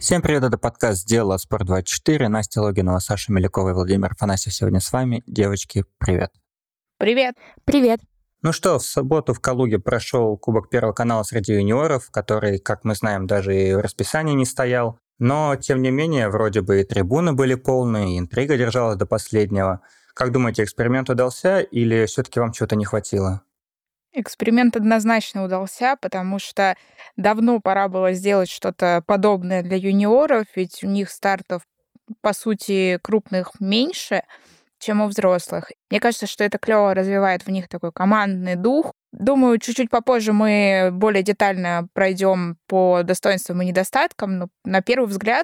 Всем привет, это подкаст «Сделала Спорт24». Настя Логинова, Саша Мелякова и Владимир Афанасьев сегодня с вами. Девочки, привет. Привет. Привет. Ну что, в субботу в Калуге прошел Кубок Первого канала среди юниоров, который, как мы знаем, даже и в расписании не стоял. Но, тем не менее, вроде бы и трибуны были полные, и интрига держалась до последнего. Как думаете, эксперимент удался или все-таки вам чего-то не хватило? Эксперимент однозначно удался, потому что давно пора было сделать что-то подобное для юниоров, ведь у них стартов, по сути, крупных меньше, чем у взрослых. Мне кажется, что это клево развивает в них такой командный дух. Думаю, чуть-чуть попозже мы более детально пройдем по достоинствам и недостаткам, но на первый взгляд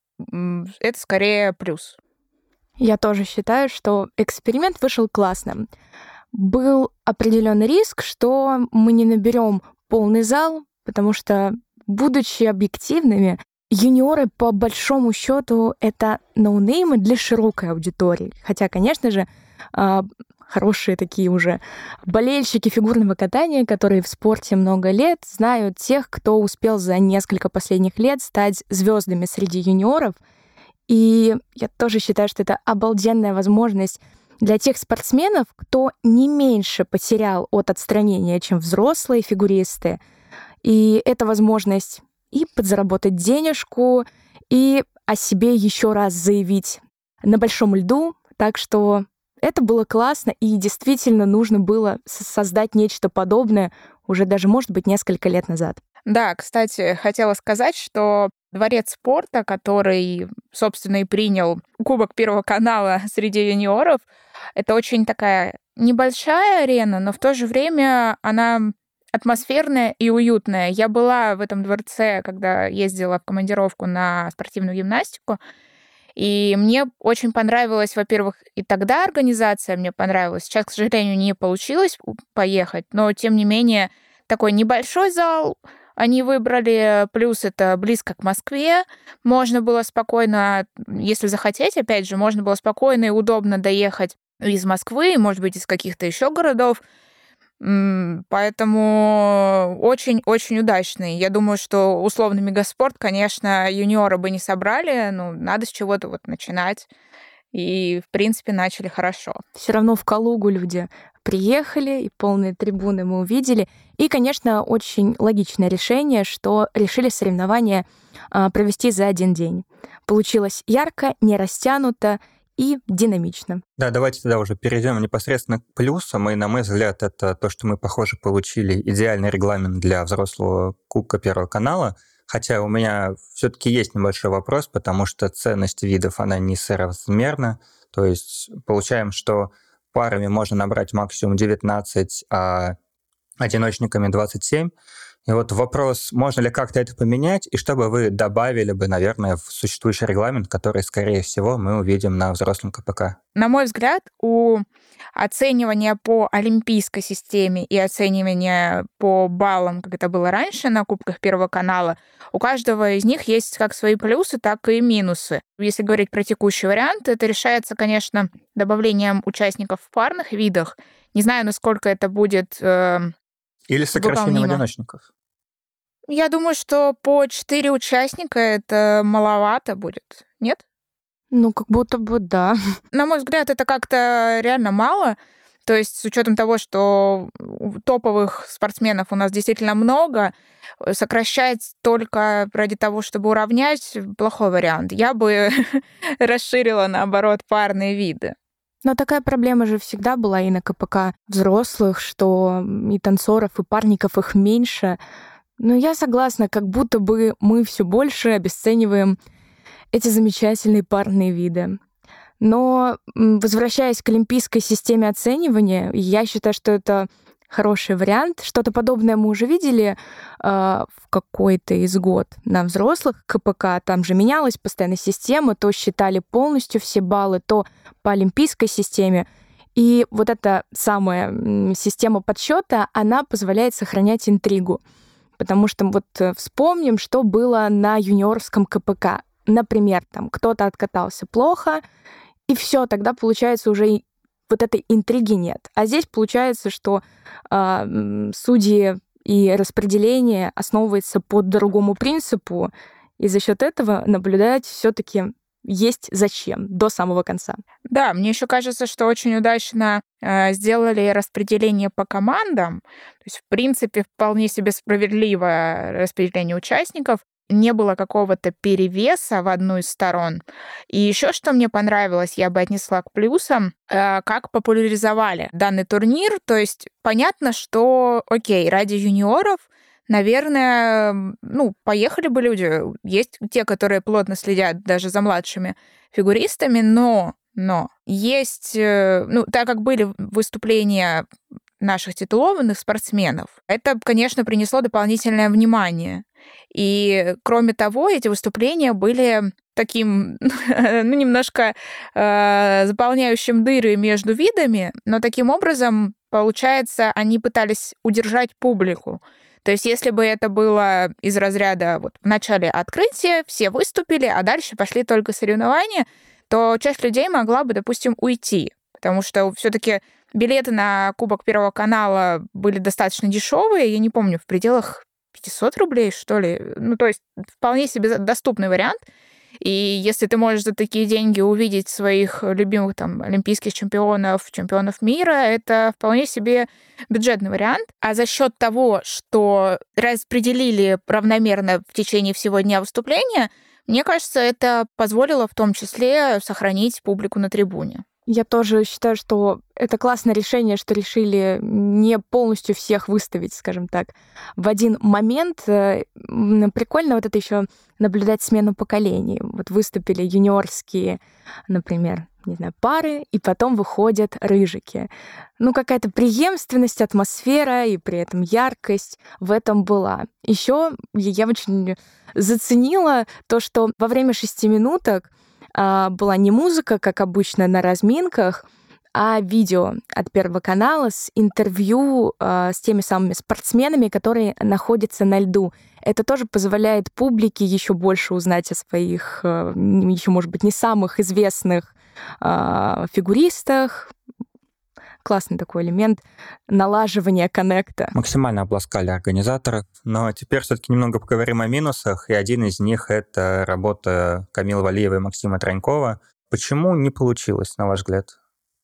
это скорее плюс. Я тоже считаю, что эксперимент вышел классным. Был определенный риск, что мы не наберем полный зал, потому что, будучи объективными, юниоры, по большому счету, это ноунеймы для широкой аудитории. Хотя, конечно же, хорошие такие уже болельщики фигурного катания, которые в спорте много лет, знают тех, кто успел за несколько последних лет стать звездами среди юниоров. И я тоже считаю, что это обалденная возможность для тех спортсменов, кто не меньше потерял от отстранения, чем взрослые фигуристы. И это возможность и подзаработать денежку, и о себе еще раз заявить на большом льду. Так что это было классно, и действительно нужно было создать нечто подобное уже даже, может быть, несколько лет назад. Да, кстати, хотела сказать, что Дворец спорта, который, собственно, и принял Кубок Первого канала среди юниоров, это очень такая небольшая арена, но в то же время она атмосферная и уютная. Я была в этом дворце, когда ездила в командировку на спортивную гимнастику, и мне очень понравилась, во-первых, и тогда организация мне понравилась. Сейчас, к сожалению, не получилось поехать, но, тем не менее, такой небольшой зал они выбрали, плюс это близко к Москве, можно было спокойно, если захотеть, опять же, можно было спокойно и удобно доехать из Москвы, может быть, из каких-то еще городов, поэтому очень-очень удачный. Я думаю, что условно мегаспорт, конечно, юниоры бы не собрали, но надо с чего-то вот начинать. И, в принципе, начали хорошо. Все равно в Калугу люди приехали, и полные трибуны мы увидели. И, конечно, очень логичное решение, что решили соревнования провести за один день. Получилось ярко, не растянуто и динамично. Да, давайте тогда уже перейдем непосредственно к плюсам. И, на мой взгляд, это то, что мы, похоже, получили идеальный регламент для взрослого Кубка Первого канала. Хотя у меня все-таки есть небольшой вопрос, потому что ценность видов, она несоразмерна. То есть получаем, что парами можно набрать максимум 19, а одиночниками 27. И вот вопрос, можно ли как-то это поменять, и что бы вы добавили бы, наверное, в существующий регламент, который, скорее всего, мы увидим на взрослом КПК? На мой взгляд, у оценивания по олимпийской системе и оценивания по баллам, как это было раньше на Кубках Первого канала, у каждого из них есть как свои плюсы, так и минусы. Если говорить про текущий вариант, это решается, конечно, добавлением участников в парных видах. Не знаю, насколько это будет или сокращением одиночников. Я думаю, что по 4 участника это маловато будет, нет? Ну, как будто бы да. На мой взгляд, это как-то реально мало. То есть с учетом того, что топовых спортсменов у нас действительно много, сокращать только ради того, чтобы уравнять, плохой вариант. Я бы расширила, наоборот, парные виды. Но такая проблема же всегда была и на КПК взрослых, что и танцоров, и парников их меньше. Но я согласна, как будто бы мы все больше обесцениваем эти замечательные парные виды. Но, возвращаясь к олимпийской системе оценивания, я считаю, что это хороший вариант. Что-то подобное мы уже видели в какой-то из год на взрослых КПК. Там же менялась постоянно система, то считали полностью все баллы, то по олимпийской системе. И вот эта самая система подсчета, она позволяет сохранять интригу. Потому что вот вспомним, что было на юниорском КПК. Например, там кто-то откатался плохо, и все, тогда получается уже вот этой интриги нет. А здесь получается, что судьи и распределение основывается по другому принципу, И за счет этого наблюдать все-таки есть зачем до самого конца. Да, мне еще кажется, что очень удачно сделали распределение по командам. То есть, в принципе, вполне себе справедливое распределение участников. Не было какого-то перевеса в одну из сторон. И еще что мне понравилось, я бы отнесла к плюсам, как популяризовали данный турнир. То есть понятно, что, окей, ради юниоров, наверное, поехали бы люди. Есть те, которые плотно следят даже за младшими фигуристами, но есть, так как были выступления наших титулованных спортсменов, это, конечно, принесло дополнительное внимание. И, кроме того, эти выступления были таким, немножко заполняющим дыры между видами, но таким образом, получается, они пытались удержать публику. То есть если бы это было из разряда в начале открытия, все выступили, а дальше пошли только соревнования, то часть людей могла бы, допустим, уйти, потому что все-таки билеты на Кубок Первого канала были достаточно дешевые, я не помню, в пределах 500 рублей, что ли. То есть вполне себе доступный вариант. И если ты можешь за такие деньги увидеть своих любимых олимпийских чемпионов мира, это вполне себе бюджетный вариант. А за счет того, что распределили равномерно в течение всего дня выступления, мне кажется, это позволило в том числе сохранить публику на трибуне. Я тоже считаю, что это классное решение, что решили не полностью всех выставить, скажем так, в один момент. Прикольно это еще наблюдать смену поколений. Выступили юниорские, например, пары, и потом выходят рыжики. Какая-то преемственность, атмосфера и при этом яркость в этом была. Еще я очень заценила то, что во время 6 минуток была не музыка, как обычно на разминках, а видео от Первого канала с интервью с теми самыми спортсменами, которые находятся на льду. Это тоже позволяет публике еще больше узнать о своих, еще, может быть, не самых известных фигуристах. Классный такой элемент налаживания коннекта. Максимально обласкали организаторов, но теперь все-таки немного поговорим о минусах, и один из них — это работа Камилы Валиевой и Максима Тронькова. Почему не получилось, на ваш взгляд?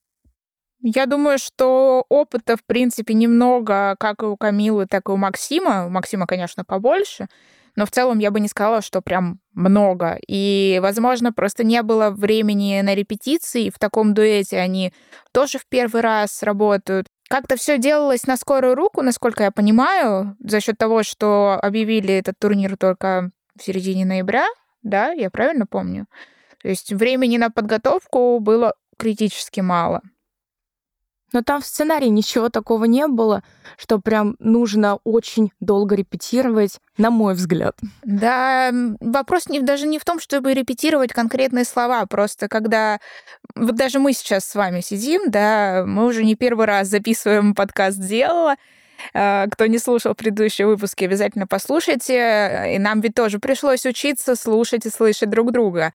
Я думаю, что опыта, в принципе, немного, как и у Камилы, так и у Максима. У Максима, конечно, побольше, но в целом я бы не сказала, что прям много. И, возможно, просто не было времени на репетиции. В таком дуэте они тоже в первый раз работают. Как-то все делалось на скорую руку, насколько я понимаю, за счет того, что объявили этот турнир только в середине ноября. Да, я правильно помню? То есть времени на подготовку было критически мало. Но там в сценарии ничего такого не было, что прям нужно очень долго репетировать, на мой взгляд. Да, вопрос даже не в том, чтобы репетировать конкретные слова, просто когда... даже мы сейчас с вами сидим, да, мы уже не первый раз записываем подкаст «Делала». Кто не слушал предыдущие выпуски, обязательно послушайте. И нам ведь тоже пришлось учиться слушать и слышать друг друга.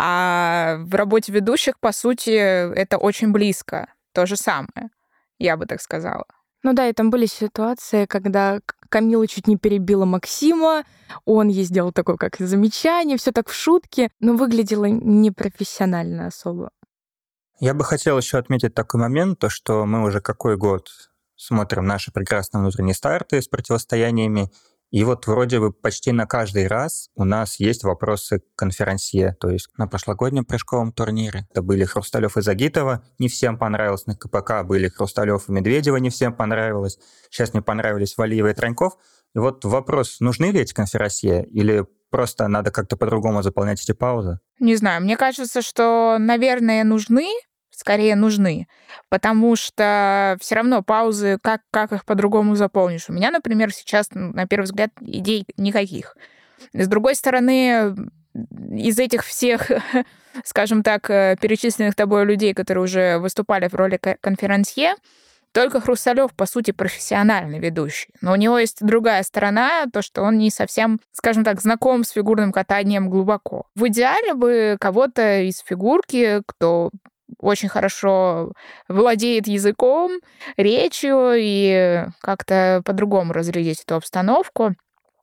А в работе ведущих, по сути, это очень близко. То же самое, я бы так сказала. И там были ситуации, когда Камила чуть не перебила Максима, он ей сделал такое, как замечание, все так в шутке, но выглядело непрофессионально особо. Я бы хотел еще отметить такой момент, то, что мы уже какой год смотрим наши прекрасные внутренние старты с противостояниями, и вроде бы почти на каждый раз у нас есть вопросы к конферансье. То есть на прошлогоднем прыжковом турнире это были Хрусталев и Загитова, не всем понравилось. На КПК были Хрусталев и Медведева, не всем понравилось. Сейчас мне понравились Валиева и Троньков. И вопрос, нужны ли эти конферансье или просто надо как-то по-другому заполнять эти паузы? Не знаю, мне кажется, что, наверное, скорее нужны, потому что все равно паузы, как их по-другому заполнишь. У меня, например, сейчас, на первый взгляд, идей никаких. С другой стороны, из этих всех, скажем так, перечисленных тобой людей, которые уже выступали в роли конферансье, только Хрусталев, по сути, профессиональный ведущий. Но у него есть другая сторона, то, что он не совсем, скажем так, знаком с фигурным катанием глубоко. В идеале бы кого-то из фигурки, кто очень хорошо владеет языком, речью и как-то по-другому разрядить эту обстановку.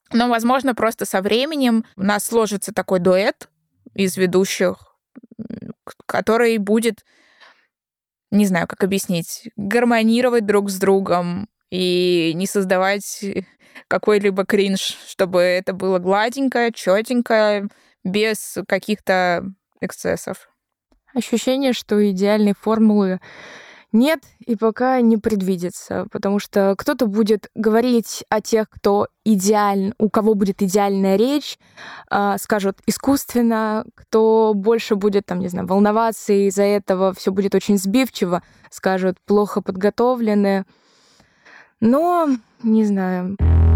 Но, возможно, просто со временем у нас сложится такой дуэт из ведущих, который будет, не знаю, как объяснить, гармонировать друг с другом и не создавать какой-либо кринж, чтобы это было гладенько, чётенько, без каких-то эксцессов. Ощущение, что идеальной формулы нет и пока не предвидится, потому что кто-то будет говорить о тех, кто идеален, у кого будет идеальная речь, скажут искусственно, кто больше будет, там, не знаю, волноваться, и из-за этого все будет очень сбивчиво, скажут плохо подготовлены. Но не знаю.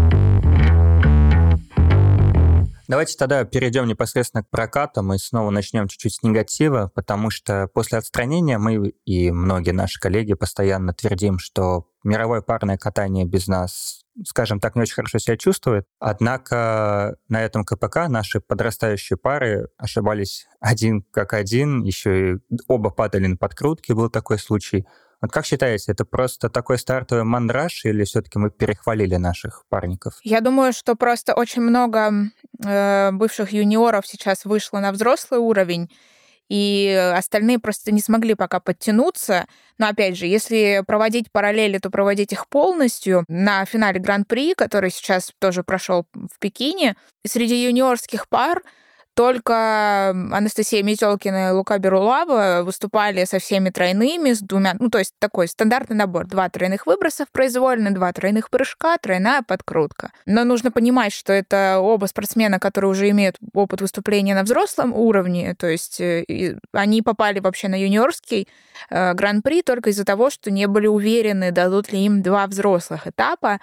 Давайте тогда перейдем непосредственно к прокатам и снова начнем чуть-чуть с негатива, потому что после отстранения мы и многие наши коллеги постоянно твердим, что мировое парное катание без нас, скажем так, не очень хорошо себя чувствует. Однако на этом КПК наши подрастающие пары ошибались один как один, еще и оба падали на подкрутки, был такой случай. Вот как считаете, это просто такой стартовый мандраж или все-таки мы перехвалили наших парников? Я думаю, что просто очень много бывших юниоров сейчас вышло на взрослый уровень, и остальные просто не смогли пока подтянуться. Но, опять же, если проводить параллели, то проводить их полностью. На финале Гран-при, который сейчас тоже прошел в Пекине, среди юниорских пар только Анастасия Метелкина и Лука Берулава выступали со всеми тройными, с двумя, то есть такой стандартный набор. 2 тройных выброса в произвольной, 2 тройных прыжка, тройная подкрутка. Но нужно понимать, что это оба спортсмена, которые уже имеют опыт выступления на взрослом уровне, то есть они попали вообще на юниорский Гран-при только из-за того, что не были уверены, дадут ли им 2 взрослых этапа.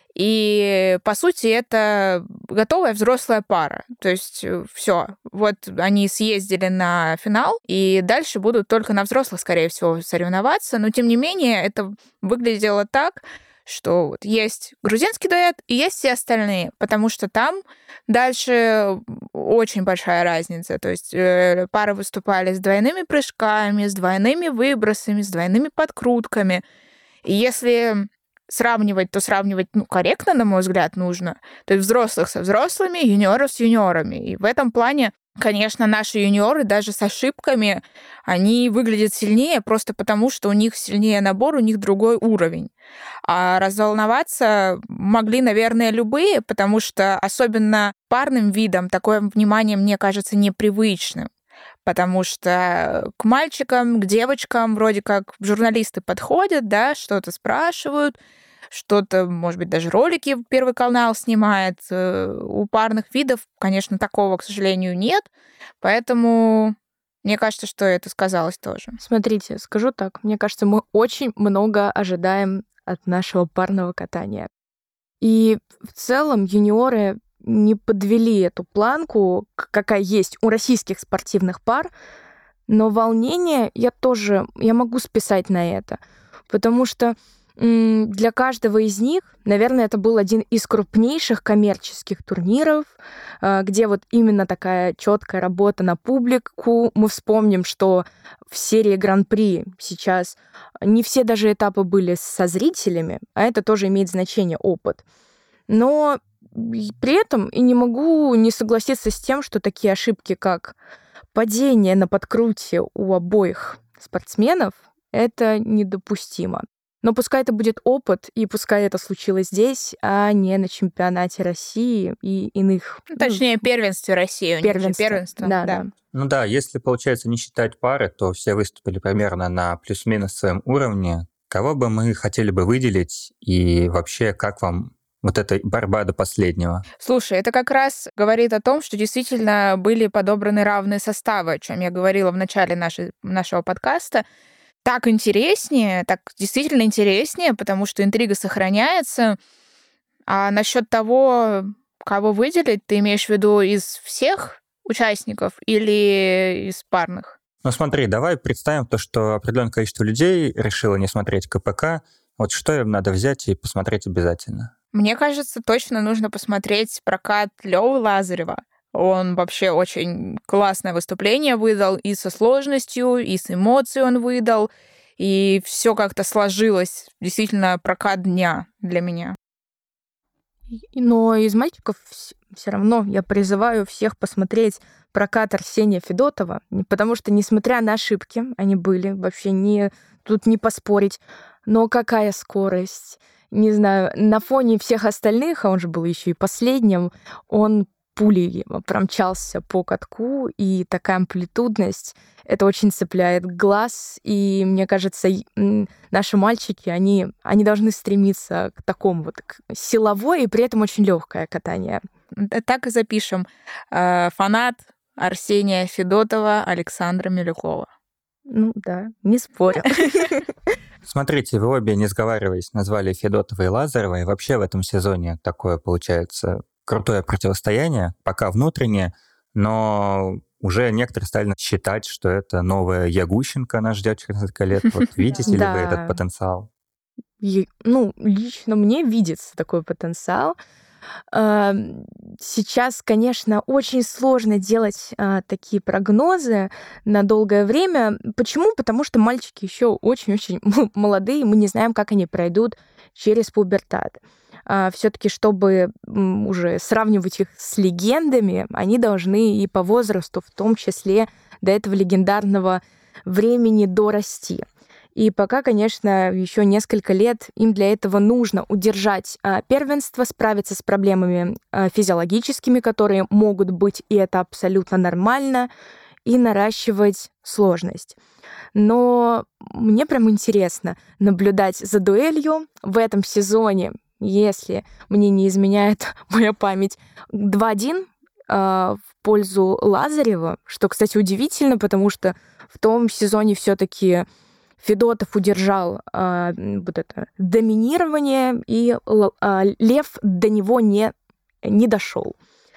И, по сути, это готовая взрослая пара. То есть все, вот они съездили на финал, и дальше будут только на взрослых, скорее всего, соревноваться. Но, тем не менее, это выглядело так, что вот есть грузинский дуэт и есть все остальные, потому что там дальше очень большая разница. То есть пары выступали с двойными прыжками, с двойными выбросами, с двойными подкрутками. И если сравнивать, то сравнивать корректно, на мой взгляд, нужно. То есть взрослых со взрослыми, юниоров с юниорами. И в этом плане, конечно, наши юниоры даже с ошибками, они выглядят сильнее просто потому, что у них сильнее набор, у них другой уровень. А разволноваться могли, наверное, любые, потому что особенно парным видам такое внимание, мне кажется, непривычным. Потому что к мальчикам, к девочкам вроде как журналисты подходят, да, что-то спрашивают, что-то, может быть, даже ролики Первый канал снимает. У парных видов, конечно, такого, к сожалению, нет. Поэтому мне кажется, что это сказалось тоже. Смотрите, скажу так. Мне кажется, мы очень много ожидаем от нашего парного катания. И в целом юниоры не подвели эту планку, какая есть у российских спортивных пар, но волнение я могу списать на это, потому что для каждого из них, наверное, это был один из крупнейших коммерческих турниров, где вот именно такая четкая работа на публику. Мы вспомним, что в серии Гран-при сейчас не все даже этапы были со зрителями, а это тоже имеет значение, опыт. Но при этом и не могу не согласиться с тем, что такие ошибки, как падение на подкруте у обоих спортсменов, это недопустимо. Но пускай это будет опыт, и пускай это случилось здесь, а не на чемпионате России и иных... Точнее, первенстве России. Первенство. Да. Ну да, если, получается, не считать пары, то все выступили примерно на плюс-минус своем уровне. Кого бы мы хотели бы выделить, и вообще, как вам вот эта борьба до последнего? Слушай, это как раз говорит о том, что действительно были подобраны равные составы, о чем я говорила в начале нашего подкаста. Так интереснее, так действительно интереснее, потому что интрига сохраняется. А насчет того, кого выделить, ты имеешь в виду из всех участников или из парных? Ну смотри, давай представим то, что определенное количество людей решило не смотреть КПК. Вот что им надо взять и посмотреть обязательно? Мне кажется, точно нужно посмотреть прокат Лёвы Лазарева. Он вообще очень классное выступление выдал и со сложностью, и с эмоцией он выдал, и все как-то сложилось. Действительно, прокат дня для меня. Но из мальчиков все равно я призываю всех посмотреть прокат Арсения Федотова, потому что, несмотря на ошибки, они были, вообще тут не поспорить, но какая скорость, не знаю, на фоне всех остальных, а он же был еще и последним, он пулей промчался по катку, и такая амплитудность, это очень цепляет глаз, и мне кажется, наши мальчики, они должны стремиться к такому вот к силовое и при этом очень легкое катание. Так и запишем. Фанат Арсения Федотова Александра Милюкова. Ну да, не спорю. Смотрите, вы обе, не сговариваясь, назвали Федотова и Лазарева, и вообще в этом сезоне такое получается крутое противостояние, пока внутреннее, но уже некоторые стали считать, что это новая Ягущенко нас ждет через несколько лет. Вот видите ли вы этот потенциал? Лично мне видится такой потенциал. Сейчас, конечно, очень сложно делать такие прогнозы на долгое время. Почему? Потому что мальчики еще очень-очень молодые, мы не знаем, как они пройдут через пубертат. Все-таки, чтобы уже сравнивать их с легендами, они должны и по возрасту, в том числе, до этого легендарного времени дорасти. И пока, конечно, еще несколько лет им для этого нужно удержать первенство, справиться с проблемами физиологическими, которые могут быть, и это абсолютно нормально, и наращивать сложность. Но мне прям интересно наблюдать за дуэлью в этом сезоне, если мне не изменяет моя память, 2-1 в пользу Лазарева, что, кстати, удивительно, потому что в том сезоне все-таки Федотов удержал вот это доминирование, и Лев до него не дошел.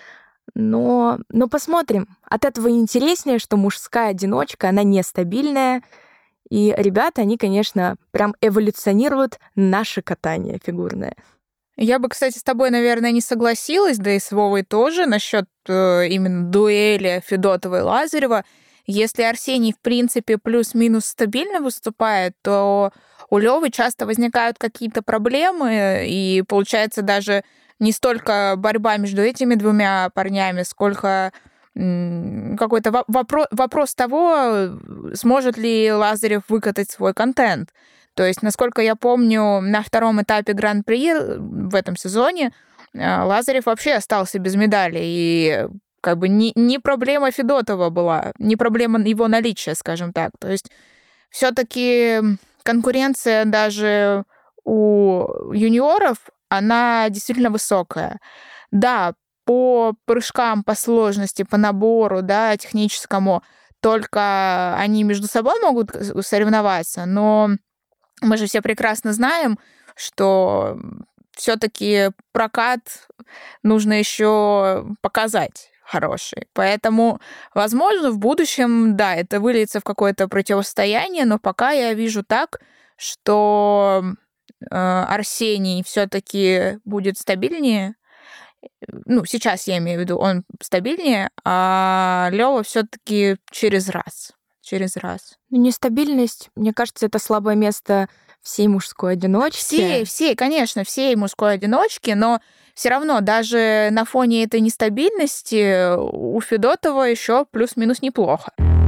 Но посмотрим. От этого интереснее, что мужская одиночка, она нестабильная, и ребята, они, конечно, прям эволюционируют наше катание фигурное. Я бы, кстати, с тобой, наверное, не согласилась, да и с Вовой тоже, насчет именно дуэли Федотова и Лазарева. Если Арсений, в принципе, плюс-минус стабильно выступает, то у Лёвы часто возникают какие-то проблемы, и получается даже не столько борьба между этими двумя парнями, сколько какой-то вопрос того, сможет ли Лазарев выкатать свой контент. То есть, насколько я помню, на втором этапе Гран-при в этом сезоне Лазарев вообще остался без медали, и как бы не проблема Федотова была, не проблема его наличия, скажем так. То есть все-таки конкуренция даже у юниоров, она действительно высокая. Да, по прыжкам, по сложности, по набору, да, техническому, только они между собой могут соревноваться, но мы же все прекрасно знаем, что все-таки прокат нужно еще показать хороший. Поэтому, возможно, в будущем, да, это выльется в какое-то противостояние, но пока я вижу так, что Арсений все-таки будет стабильнее. Ну, сейчас я имею в виду, он стабильнее, а Лёва все-таки через раз. Нестабильность, мне кажется, это слабое место всей мужской одиночки. Всей, конечно, всей мужской одиночки, но все равно даже на фоне этой нестабильности у Федотова еще плюс-минус неплохо.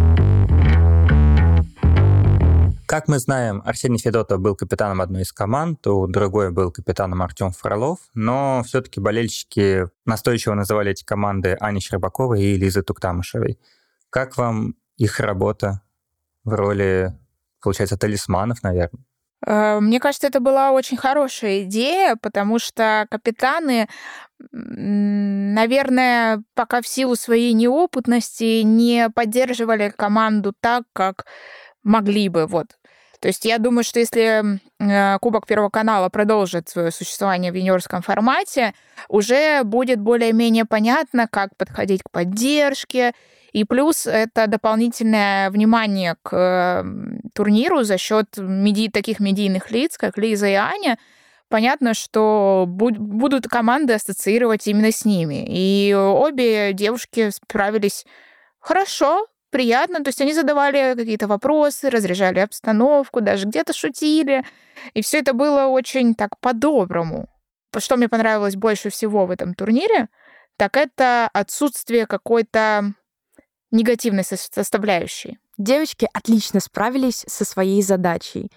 Как мы знаем, Арсений Федотов был капитаном одной из команд, у другой был капитаном Артём Фролов, но все-таки болельщики настойчиво называли эти команды Аней Щербаковой и Лизой Туктамышевой. Как вам их работа в роли, получается, талисманов, наверное? Мне кажется, это была очень хорошая идея, потому что капитаны, наверное, пока в силу своей неопытности не поддерживали команду так, как могли бы. Вот. То есть я думаю, что если Кубок Первого канала продолжит свое существование в юниорском формате, уже будет более-менее понятно, как подходить к поддержке. И плюс это дополнительное внимание к турниру за счет таких медийных лиц, как Лиза и Аня. Понятно, что будут команды ассоциировать именно с ними. И обе девушки справились хорошо, приятно. То есть они задавали какие-то вопросы, разряжали обстановку, даже где-то шутили. И все это было очень так по-доброму. что мне понравилось больше всего в этом турнире, так это отсутствие какой-то негативной составляющей. Девочки отлично справились со своей задачей.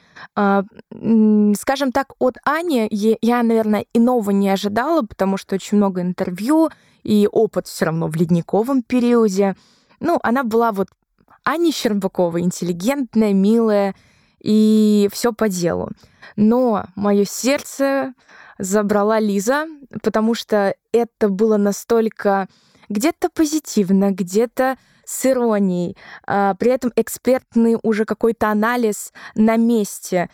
Скажем так, от Ани я, наверное, иного не ожидала, потому что очень много интервью и опыт все равно в ледниковом периоде. Она была вот Аня Щербакова, интеллигентная, милая и все по делу. Но мое сердце забрала Лиза, потому что это было настолько где-то позитивно, где-то с иронией, при этом экспертный уже какой-то анализ на месте.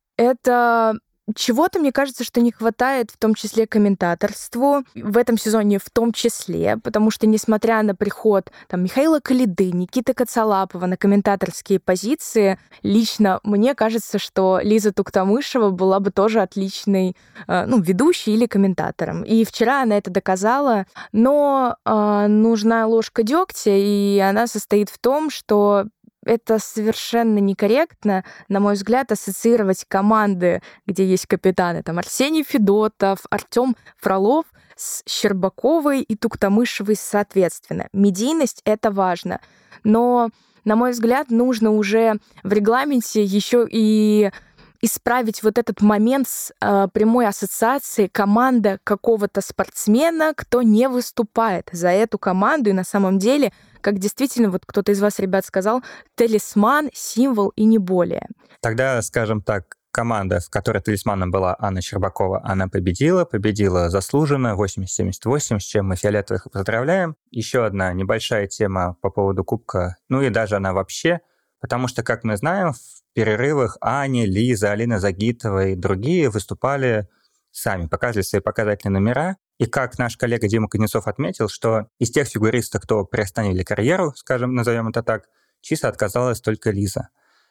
Это чего-то, мне кажется, что не хватает, в том числе комментаторству, в этом сезоне в том числе, потому что, несмотря на приход Михаила Калиды, Никиты Коцалапова на комментаторские позиции, лично мне кажется, что Лиза Туктамышева была бы тоже отличной ведущей или комментатором. И вчера она это доказала, но нужна ложка дегтя, и она состоит в том, что это совершенно некорректно, на мой взгляд, ассоциировать команды, где есть капитаны, Арсений Федотов, Артём Фролов, с Щербаковой и Туктамышевой соответственно. Медийность — это важно. Но, на мой взгляд, нужно уже в регламенте еще и исправить вот этот момент с прямой ассоциацией команда какого-то спортсмена, кто не выступает за эту команду. И на самом деле, как действительно, вот кто-то из вас, ребят, сказал, талисман, символ и не более. Тогда, скажем так, команда, в которой талисманом была Анна Щербакова, она победила заслуженно, 80-78, с чем мы фиолетовых и поздравляем. Еще одна небольшая тема по поводу Кубка, и даже она вообще, потому что, как мы знаем, в перерывах Аня, Лиза, Алина Загитова и другие выступали сами, показывали свои показательные номера. И как наш коллега Дима Кузнецов отметил, что из тех фигуристов, кто приостановили карьеру, скажем, назовем это так, чисто отказалась только Лиза.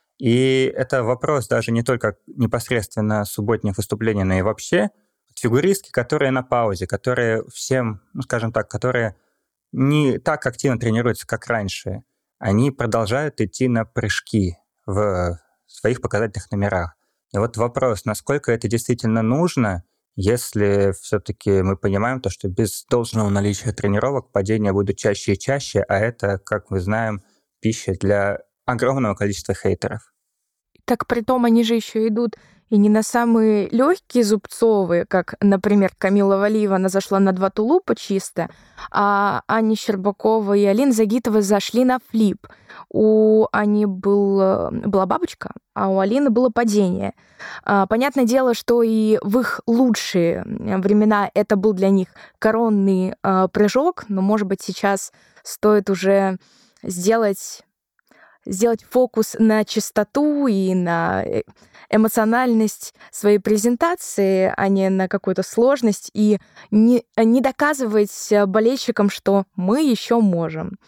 И это вопрос даже не только непосредственно субботних выступлений, но и вообще фигуристки, которые на паузе, которые всем, скажем так, которые не так активно тренируются, как раньше, они продолжают идти на прыжки в своих показательных номерах. И вот вопрос, насколько это действительно нужно, если все-таки мы понимаем то, что без должного наличия тренировок падения будут чаще и чаще, а это, как мы знаем, пища для огромного количества хейтеров. Так притом они же еще идут и не на самые легкие зубцовые, как, например, Камила Валиева, она зашла на 2 тулупа чисто, а Аня Щербакова и Алина Загитова зашли на флип. У Ани была бабочка, а у Алины было падение. Понятное дело, что и в их лучшие времена это был для них коронный прыжок, но, может быть, сейчас стоит уже сделать фокус на чистоту и на эмоциональность своей презентации, а не на какую-то сложность, и не доказывать болельщикам, что мы еще можем.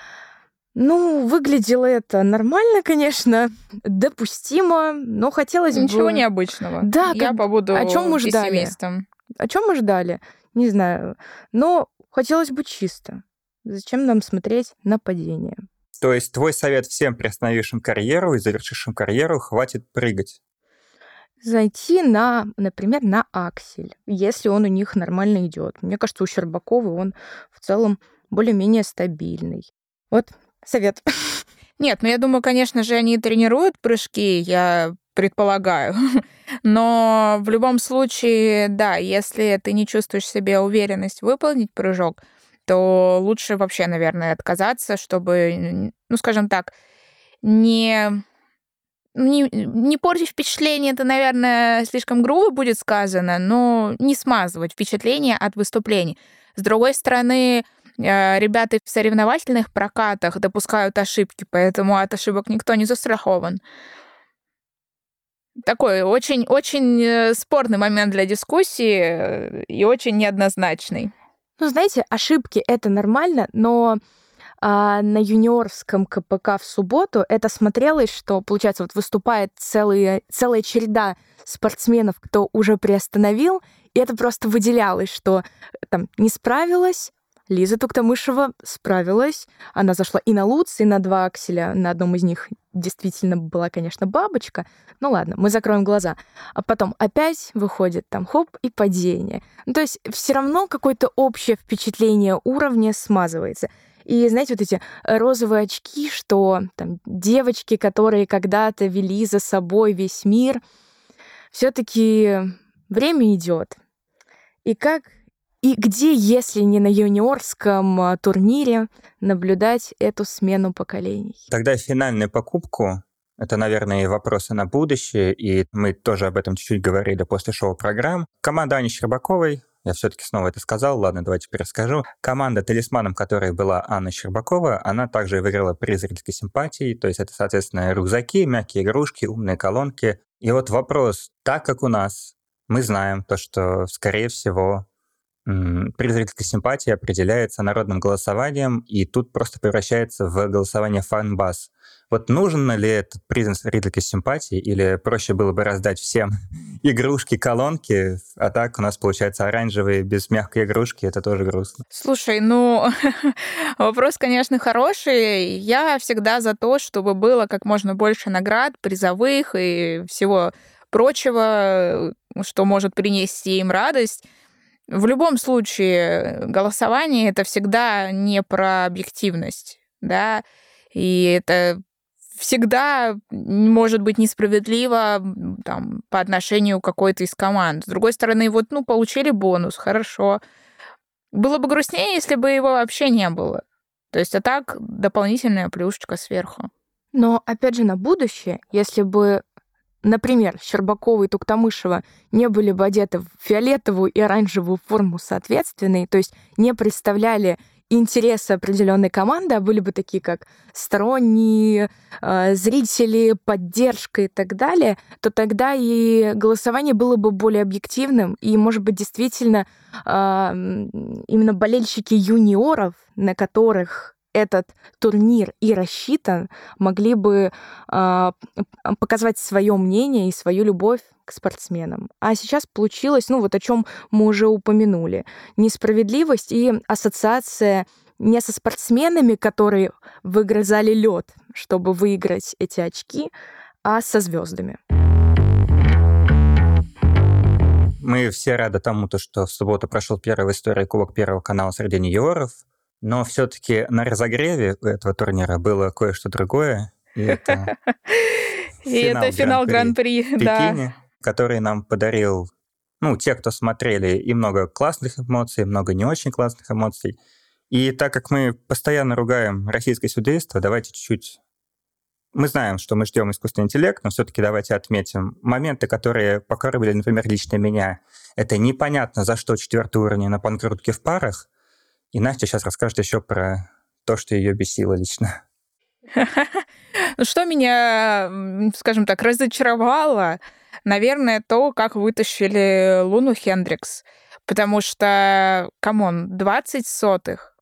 Выглядело это нормально, конечно, допустимо, но хотелось бы... Ничего необычного. Да, я побуду о чем мы ждали? пессимистом. О чем мы ждали? Не знаю. Но хотелось бы чисто. Зачем нам смотреть на падение? То есть твой совет всем приостановившим карьеру и завершившим карьеру: хватит прыгать? Зайти например, на аксель, если он у них нормально идет. Мне кажется, у Щербаковой он в целом более-менее стабильный. Вот совет. Нет, я думаю, конечно же, они тренируют прыжки, я предполагаю. Но в любом случае, да, если ты не чувствуешь в себе уверенность выполнить прыжок, то лучше вообще, наверное, отказаться, чтобы, скажем так, не портить впечатление, это, наверное, слишком грубо будет сказано, но не смазывать впечатление от выступлений. С другой стороны, ребята в соревновательных прокатах допускают ошибки, поэтому от ошибок никто не застрахован. Такой очень спорный момент для дискуссии и очень неоднозначный. Знаете, ошибки — это нормально, но на юниорском КПК в субботу это смотрелось, что, получается, выступает целая череда спортсменов, кто уже приостановил, и это просто выделялось, что не справилась Лиза Туктамышева справилась. Она зашла и на Луц, и на 2 акселя. На одном из них действительно была, конечно, бабочка. Ну ладно, мы закроем глаза. А потом опять выходит там хоп и падение. Ну, то есть все равно какое-то общее впечатление уровня смазывается. И, знаете, вот эти розовые очки, что там девочки, которые когда-то вели за собой весь мир, все-таки время идет. И где, если не на юниорском турнире, наблюдать эту смену поколений? Тогда финальную покупку, это, наверное, вопросы на будущее, и мы тоже об этом чуть-чуть говорили после шоу-программ. Команда Ани Щербаковой, я все-таки снова это сказал, ладно, давайте перескажу. Команда, талисманом которой была Анна Щербакова, она также выиграла приз зрительской симпатии, то есть это, соответственно, рюкзаки, мягкие игрушки, умные колонки. И вот вопрос, так как у нас мы знаем то, что, скорее всего, приз зрительской симпатии определяется народным голосованием, и тут просто превращается в голосование фан-баз. Вот нужен ли этот приз зрительской симпатии, или проще было бы раздать всем игрушки, колонки, а так у нас получается оранжевые без мягкой игрушки, это тоже грустно. Слушай, вопрос, конечно, хороший. Я всегда за то, чтобы было как можно больше наград, призовых и всего прочего, что может принести им радость. В любом случае, голосование — это всегда не про объективность, да, и это всегда может быть несправедливо там, по отношению к какой-то из команд. С другой стороны, получили бонус, хорошо. Было бы грустнее, если бы его вообще не было. То есть, а так дополнительная плюшечка сверху. Но, опять же, на будущее, если бы, например, Щербакова и Туктамышева не были бы одеты в фиолетовую и оранжевую форму соответственной, то есть не представляли интересы определенной команды, а были бы такие, как сторонние, зрители, поддержка и так далее, то тогда и голосование было бы более объективным, и, может быть, действительно именно болельщики юниоров, на которых этот турнир и рассчитан, могли бы показать свое мнение и свою любовь к спортсменам. А сейчас получилось, о чем мы уже упомянули, несправедливость и ассоциация не со спортсменами, которые выгрызали лед, чтобы выиграть эти очки, а со звездами. Мы все рады тому, что в субботу прошел первый в истории Кубок Первого канала среди юниоров, но все-таки на разогреве этого турнира было кое-что другое. И это финал Гран-при в Пекине, который нам подарил, те, кто смотрели, и много классных эмоций, много не очень классных эмоций. И так как мы постоянно ругаем российское судейство, давайте чуть-чуть... Мы знаем, что мы ждем искусственный интеллект, но все-таки давайте отметим моменты, которые покоробили, например, лично меня. Это непонятно, за что 4-й уровень на панкрутке в парах. И Настя сейчас расскажет еще про то, что ее бесило лично. Что меня, скажем так, разочаровало, наверное, то, как вытащили Луну Хендрикс. Потому что, камон, 20 сотых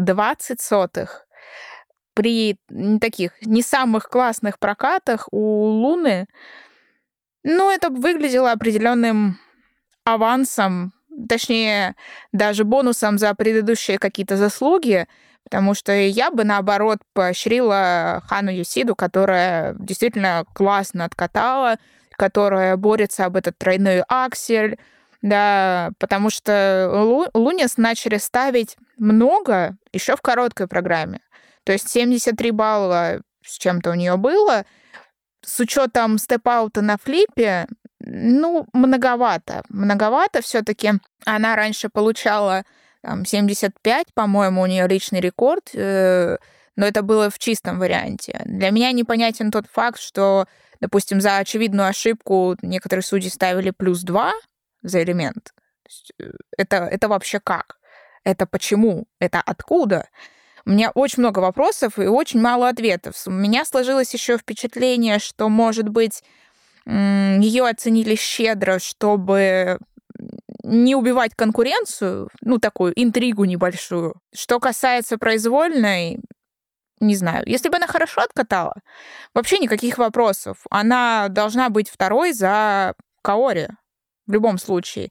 при таких не самых классных прокатах у Луны, это выглядело определенным авансом, точнее, даже бонусом за предыдущие какие-то заслуги, потому что я бы, наоборот, поощрила Хану Юсиду, которая действительно классно откатала, которая борется об этот тройной аксель, да, потому что Лунис начали ставить много еще в короткой программе. То есть 73 балла с чем-то у нее было. С учетом степ-аута на флипе, многовато. Многовато все-таки. Она раньше получала 75, по-моему, у нее личный рекорд, но это было в чистом варианте. Для меня непонятен тот факт, что, допустим, за очевидную ошибку некоторые судьи ставили +2 за элемент. Это вообще как? Это почему? Это откуда? У меня очень много вопросов и очень мало ответов. У меня сложилось еще впечатление, что, может быть, ее оценили щедро, чтобы не убивать конкуренцию, такую интригу небольшую. Что касается произвольной, не знаю. Если бы она хорошо откатала, вообще никаких вопросов. Она должна быть второй за Каори в любом случае.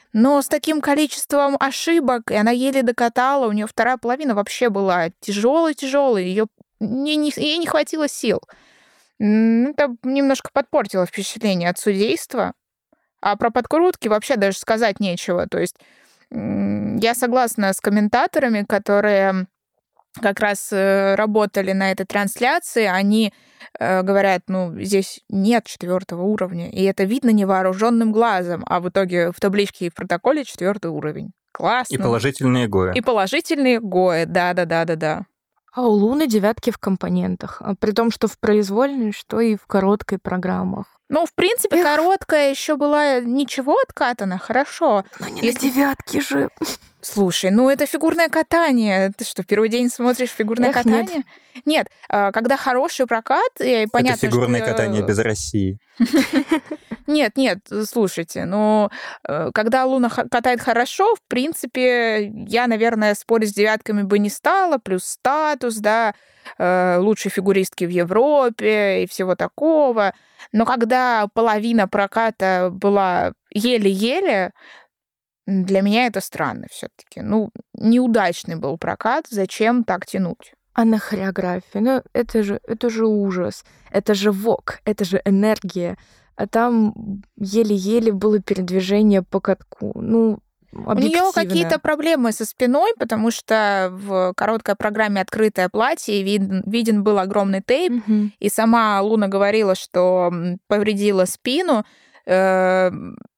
Но с таким количеством ошибок, и она еле докатала, у нее вторая половина вообще была тяжелой, ей не хватило сил. Это немножко подпортило впечатление от судейства. А про подкрутки вообще даже сказать нечего. То есть я согласна с комментаторами, которые как раз работали на этой трансляции, они говорят, здесь нет 4-го уровня, и это видно невооруженным глазом, а в итоге в табличке и в протоколе 4-й уровень. Классно. И положительные ГОЭ. И положительные ГОЭ, да. А у Луны 9 в компонентах, при том, что в произвольной, что и в короткой программах. В принципе, короткая еще была ничего откатана, хорошо. Но не на 9 же. Слушай, это фигурное катание. Ты что, первый день смотришь фигурное катание? Нет, когда хороший прокат, и понятно, это фигурное катание без России. Нет, слушайте, когда Луна катает хорошо, в принципе, я, наверное, спорить с 9 бы не стала, плюс статус, да, лучшей фигуристки в Европе и всего такого. Но когда половина проката была еле-еле, для меня это странно все-таки. Неудачный был прокат, зачем так тянуть? А на хореографии? Это же ужас. Это же вок, это же энергия. А там еле-еле было передвижение по катку. У нее какие-то проблемы со спиной, потому что в короткой программе «Открытое платье» виден был огромный тейп, и сама Луна говорила, что повредила спину. Да,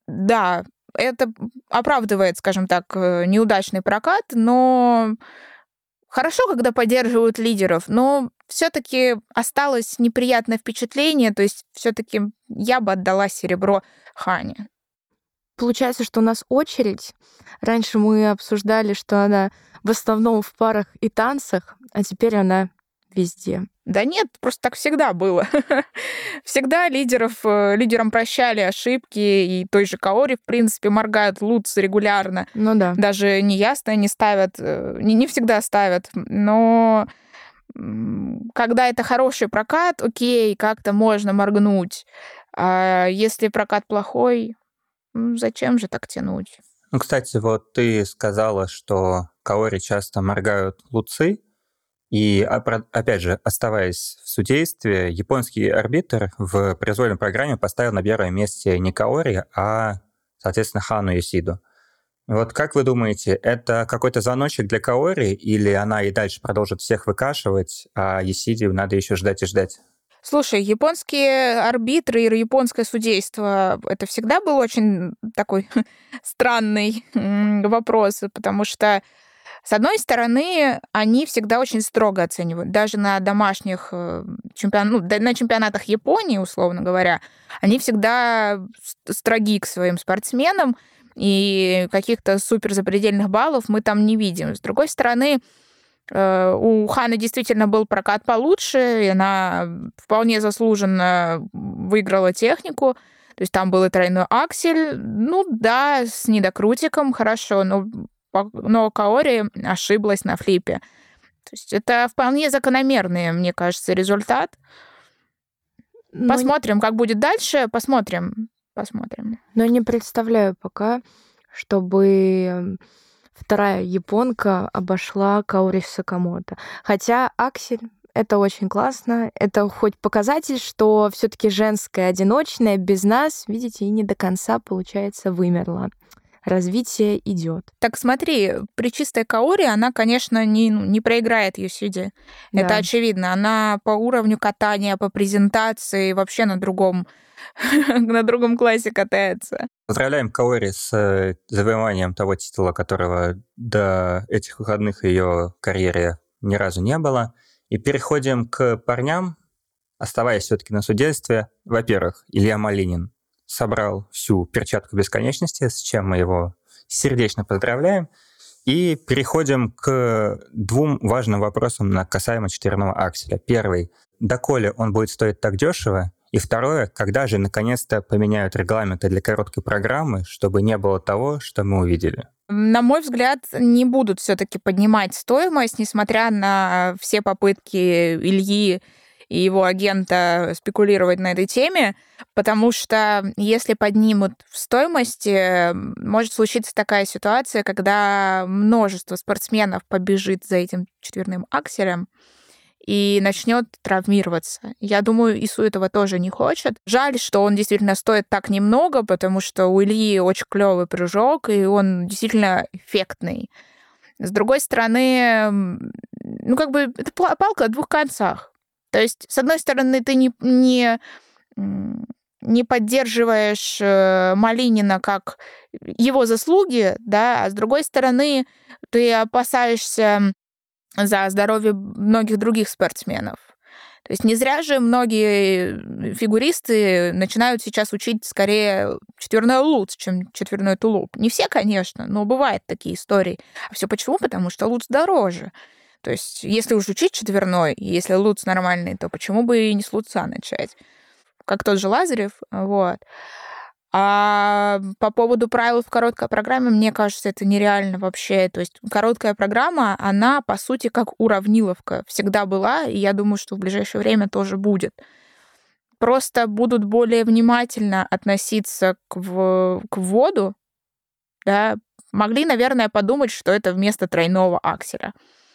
это оправдывает, скажем так, неудачный прокат, но хорошо, когда поддерживают лидеров, но все-таки осталось неприятное впечатление, то есть все-таки я бы отдала серебро Хане. Получается, что у нас очередь. Раньше мы обсуждали, что она в основном в парах и танцах, а теперь она везде. Да нет, просто так всегда было. Всегда лидерам прощали ошибки, и той же Каори, в принципе, моргают лутсы регулярно. Да. Даже неясно не ставят, не всегда ставят, но когда это хороший прокат, окей, как-то можно моргнуть. А если прокат плохой, зачем же так тянуть? Кстати, вот ты сказала, что Каори часто моргают лутсы, и, опять же, оставаясь в судействе, японский арбитр в произвольной программе поставил на первое место не Каори, а, соответственно, Хану Йосиду. Вот как вы думаете, это какой-то звоночек для Каори, или она и дальше продолжит всех выкашивать, а Йосиде надо еще ждать и ждать? Слушай, японские арбитры и японское судейство — это всегда был очень такой странный вопрос, потому что, с одной стороны, они всегда очень строго оценивают. Даже на домашних на чемпионатах Японии, условно говоря, они всегда строги к своим спортсменам, и каких-то суперзапредельных баллов мы там не видим. С другой стороны, у Ханы действительно был прокат получше, и она вполне заслуженно выиграла технику. То есть там был и тройной аксель. Да, с недокрутиком, хорошо, но Каори ошиблась на флипе. То есть это вполне закономерный, мне кажется, результат. Посмотрим, как будет дальше. Посмотрим. Но не представляю пока, чтобы вторая японка обошла Каори Сакамото. Хотя аксель — это очень классно. Это хоть показатель, что все-таки женское одиночное без нас, видите, и не до конца, получается, вымерло. Развитие идет. Так смотри, при чистой Каори она, конечно, не проиграет Йосиде. Да. Это очевидно. Она по уровню катания, по презентации вообще на другом классе катается. Поздравляем Каори с завоеванием того титула, которого до этих выходных в ее карьере ни разу не было. И переходим к парням, оставаясь все-таки на судействе. Во-первых, Илья Малинин собрал всю перчатку бесконечности, с чем мы его сердечно поздравляем. И переходим к двум важным вопросам касаемо четверного акселя. Первый, доколе он будет стоить так дешево? И второе, когда же наконец-то поменяют регламенты для короткой программы, чтобы не было того, что мы увидели? На мой взгляд, не будут все-таки поднимать стоимость, несмотря на все попытки Ильи и его агента спекулировать на этой теме, потому что если поднимут в стоимости, может случиться такая ситуация, когда множество спортсменов побежит за этим четверным акселем и начнет травмироваться. Я думаю, Ису этого тоже не хочет. Жаль, что он действительно стоит так немного, потому что у Ильи очень клевый прыжок, и он действительно эффектный. С другой стороны, это палка о двух концах. То есть, с одной стороны, ты не поддерживаешь Малинина как его заслуги, да, а с другой стороны, ты опасаешься за здоровье многих других спортсменов. То есть не зря же многие фигуристы начинают сейчас учить скорее четверной луц, чем четверной тулуп. Не все, конечно, но бывают такие истории. А все почему? Потому что луц дороже. То есть если уж учить четверной, если луц нормальный, то почему бы и не с луца начать? Как тот же Лазарев, вот. А по поводу правил в короткой программе, мне кажется, это нереально вообще. То есть короткая программа, она, по сути, как уравниловка всегда была, и я думаю, что в ближайшее время тоже будет. Просто будут более внимательно относиться к вводу, да. Могли, наверное, подумать, что это вместо тройного акселя.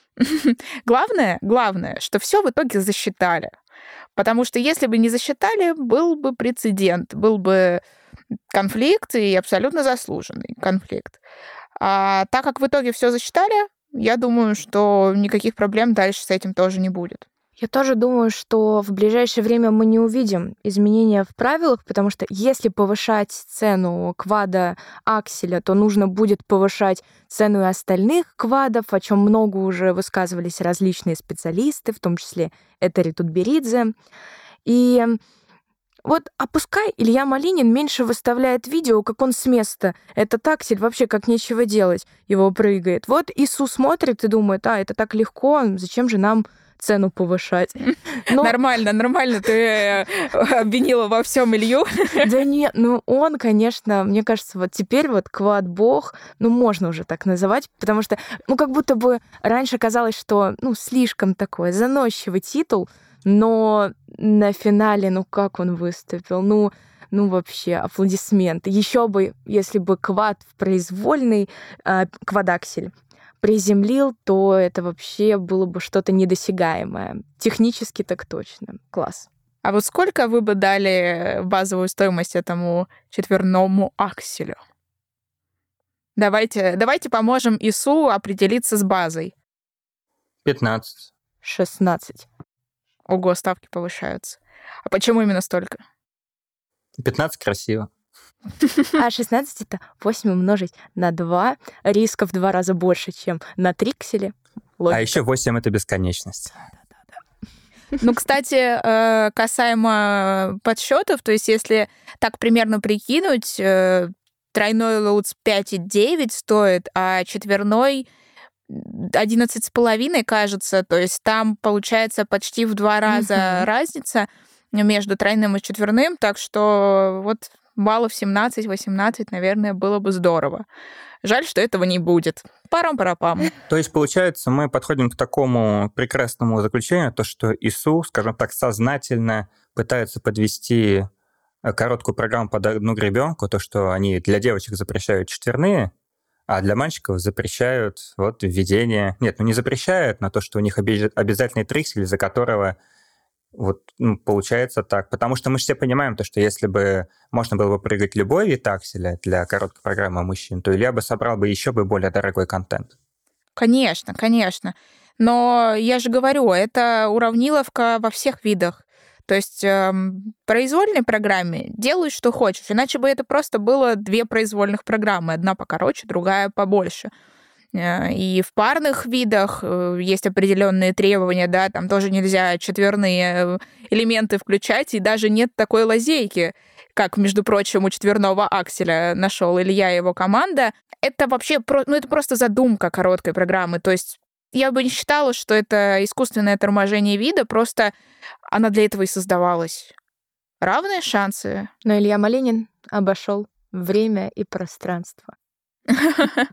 Главное, что все в итоге засчитали. Потому что если бы не засчитали, был бы прецедент, был бы конфликт, и абсолютно заслуженный конфликт. А так как в итоге все засчитали, я думаю, что никаких проблем дальше с этим тоже не будет. Я тоже думаю, что в ближайшее время мы не увидим изменения в правилах, потому что если повышать цену квада акселя, то нужно будет повышать цену и остальных квадов, о чем много уже высказывались различные специалисты, в том числе Этери Тутберидзе. И вот, а пускай Илья Малинин меньше выставляет видео, как он с места. Этот аксель вообще как нечего делать, его прыгает. Вот Ису смотрит и думает, это так легко, зачем же нам цену повышать? Но... Нормально, ты обвинила во всем Илью. Да нет, он, конечно, мне кажется, вот теперь вот квад-бог, можно уже так называть, потому что, как будто бы раньше казалось, что, слишком такой заносчивый титул, но на финале, как он выступил, вообще аплодисменты. Еще бы, если бы квад в произвольный, квадаксель приземлил, то это вообще было бы что-то недосягаемое. Технически так точно. Класс. А вот сколько вы бы дали базовую стоимость этому четверному акселю? Давайте поможем Ису определиться с базой. 15. 16. Ого, ставки повышаются. А почему именно столько? 15 красиво. А 16 это 8 умножить на 2. Риска в 2 раза больше, чем на трикселе. Логика. А еще 8 это бесконечность. Кстати, касаемо подсчетов, то есть если так примерно прикинуть, тройной луц 5,9 стоит, а четверной 11,5, кажется, то есть там получается почти в 2 раза разница между тройным и четверным, так что вот баллов 17-18, наверное, было бы здорово. Жаль, что этого не будет. Парам-парапам. То есть, получается, мы подходим к такому прекрасному заключению, то, что ИСУ, скажем так, сознательно пытается подвести короткую программу под одну гребенку, то, что они для девочек запрещают четверные, а для мальчиков запрещают введение... Нет, не запрещают, но то, что у них обязательный триксель, за которого получается так. Потому что мы же все понимаем, то, что если бы можно было бы прыгать любой вид акселя для короткой программы мужчин, то Илья бы собрал бы еще более дорогой контент. Конечно. Но я же говорю, это уравниловка во всех видах. То есть в произвольной программе делай, что хочешь. Иначе бы это просто было 2 произвольных программы. Одна покороче, другая побольше. И в парных видах есть определенные требования, да, там тоже нельзя четверные элементы включать, и даже нет такой лазейки, как, между прочим, у четверного акселя нашел Илья и его команда. Это вообще, это просто задумка короткой программы, то есть я бы не считала, что это искусственное торможение вида, просто она для этого и создавалась. Равные шансы. Но Илья Малинин обошел время и пространство.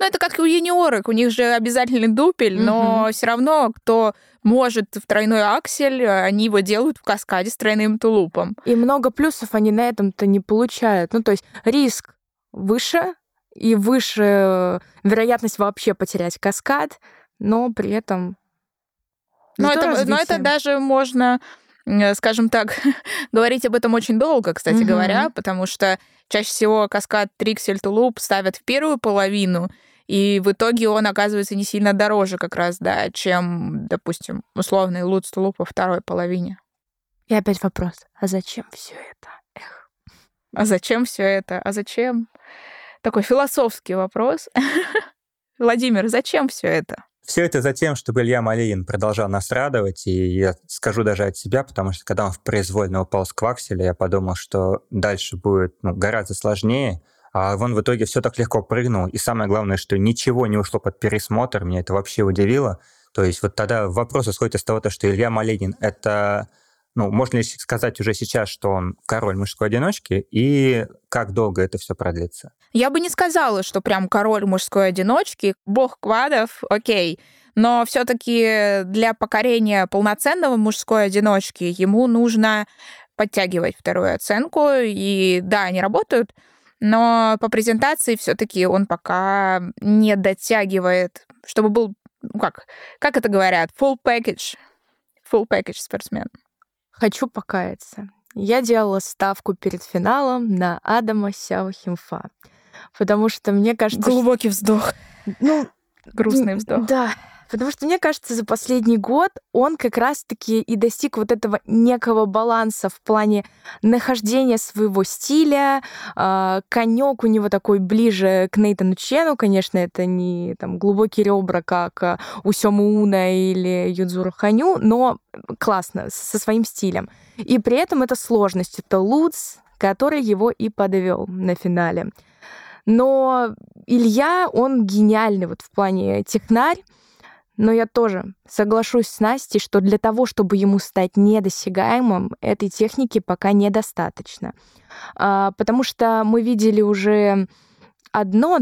Ну, это как и у юниорок, у них же обязательный дупель, но все равно, кто может в тройной аксель, они его делают в каскаде с тройным тулупом. И много плюсов они на этом-то не получают. Ну, то есть риск выше, и выше вероятность вообще потерять каскад, но при этом... Но это даже можно, скажем так, говорить об этом очень долго, кстати говоря, потому что чаще всего каскад триксель-тулуп ставят в первую половину, и в итоге он оказывается не сильно дороже как раз, да, чем, допустим, условный лутс-тулуп во второй половине. И опять вопрос, а зачем все это? А зачем все это? А зачем? Такой философский вопрос. Владимир, зачем все это? Все это за тем, чтобы Илья Малинин продолжал нас радовать, и я скажу даже от себя, потому что когда он произвольно упал с квакселя, я подумал, что дальше будет гораздо сложнее, а он в итоге все так легко прыгнул, и самое главное, что ничего не ушло под пересмотр, меня это вообще удивило. То есть вот тогда вопрос исходит из того, что Илья Малинин — это... можно ли сказать уже сейчас, что он король мужской одиночки, и как долго это все продлится? Я бы не сказала, что прям король мужской одиночки, бог квадов, окей. Но все-таки для покорения полноценного мужской одиночки ему нужно подтягивать вторую оценку. И да, они работают, но по презентации все-таки он пока не дотягивает, чтобы был, как это говорят, full package спортсмен. Хочу покаяться. Я делала ставку перед финалом на Адама Сяо Химфа, потому что мне кажется... Глубокий вздох. Грустный вздох. Да, потому что мне кажется, за последний год он как раз-таки и достиг вот этого некого баланса в плане нахождения своего стиля. Конек у него такой ближе к Нейтану Чену, конечно, это не там глубокие ребра, как у Сёмы Уна или Юдзуру Ханю, но классно, со своим стилем. И при этом это сложность, это Лутс, который его и подвел на финале. Но Илья, он гениальный вот в плане технарь, но я тоже соглашусь с Настей, что для того, чтобы ему стать недосягаемым, этой техники пока недостаточно. Потому что мы видели уже одно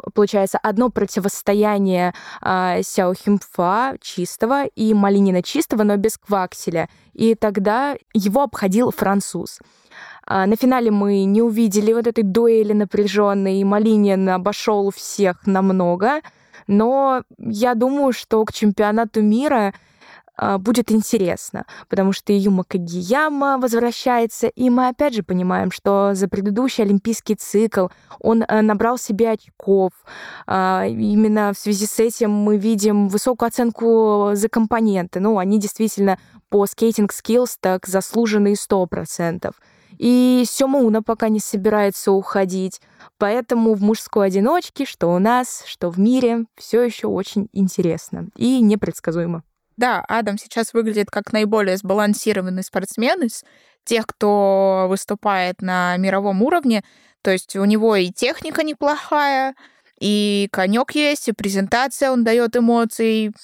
противостояние Сяо Химфа чистого и Малинина чистого, но без квакселя. И тогда его обходил француз. На финале мы не увидели вот этой дуэли напряженной, и Малинин обошел всех намного. Но я думаю, что к чемпионату мира будет интересно, потому что и Юма Кагияма возвращается, и мы опять же понимаем, что за предыдущий олимпийский цикл он набрал себе очков. Именно в связи с этим мы видим высокую оценку за компоненты. Они действительно по скейтинг skills так заслуженные 100%. И Сёма Уна пока не собирается уходить. Поэтому в мужской одиночке, что у нас, что в мире, все еще очень интересно и непредсказуемо. Да, Адам сейчас выглядит как наиболее сбалансированный спортсмен из тех, кто выступает на мировом уровне. То есть у него и техника неплохая, и конек есть, и презентация, он дает эмоций.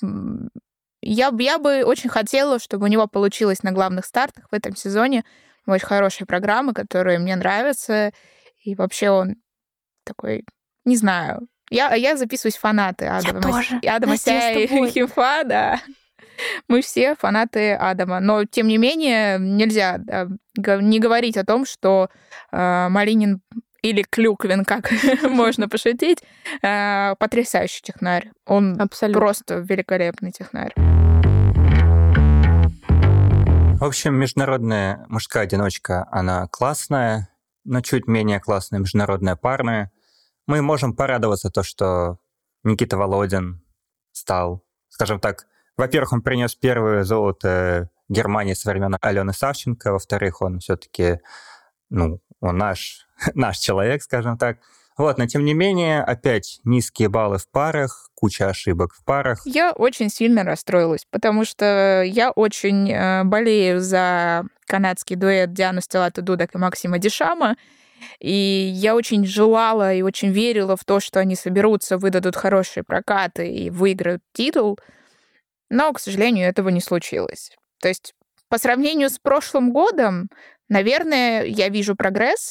Я бы очень хотела, чтобы у него получилось на главных стартах в этом сезоне. Очень хорошие программы, которые мне нравятся. И вообще он такой, не знаю. Я записываюсь в фанаты Адама Сяо Химфа, да. Мы все фанаты Адама. Но, тем не менее, нельзя не говорить о том, что Малинин или Клюквин, как можно пошутить, потрясающий технарь. Он просто великолепный технарь. В общем, международная мужская одиночка, она классная, но чуть менее классная международная парная. Мы можем порадоваться то, что Никита Володин стал, скажем так, во-первых, он принес первое золото Германии со времен Алены Савченко, во-вторых, он все-таки, он наш человек, скажем так. Но тем не менее, опять низкие баллы в парах, куча ошибок в парах. Я очень сильно расстроилась, потому что я очень болею за канадский дуэт Дианы Стеллато-Дудок и Максима Дишама, и я очень желала и очень верила в то, что они соберутся, выдадут хорошие прокаты и выиграют титул, но, к сожалению, этого не случилось. То есть по сравнению с прошлым годом, наверное, я вижу прогресс,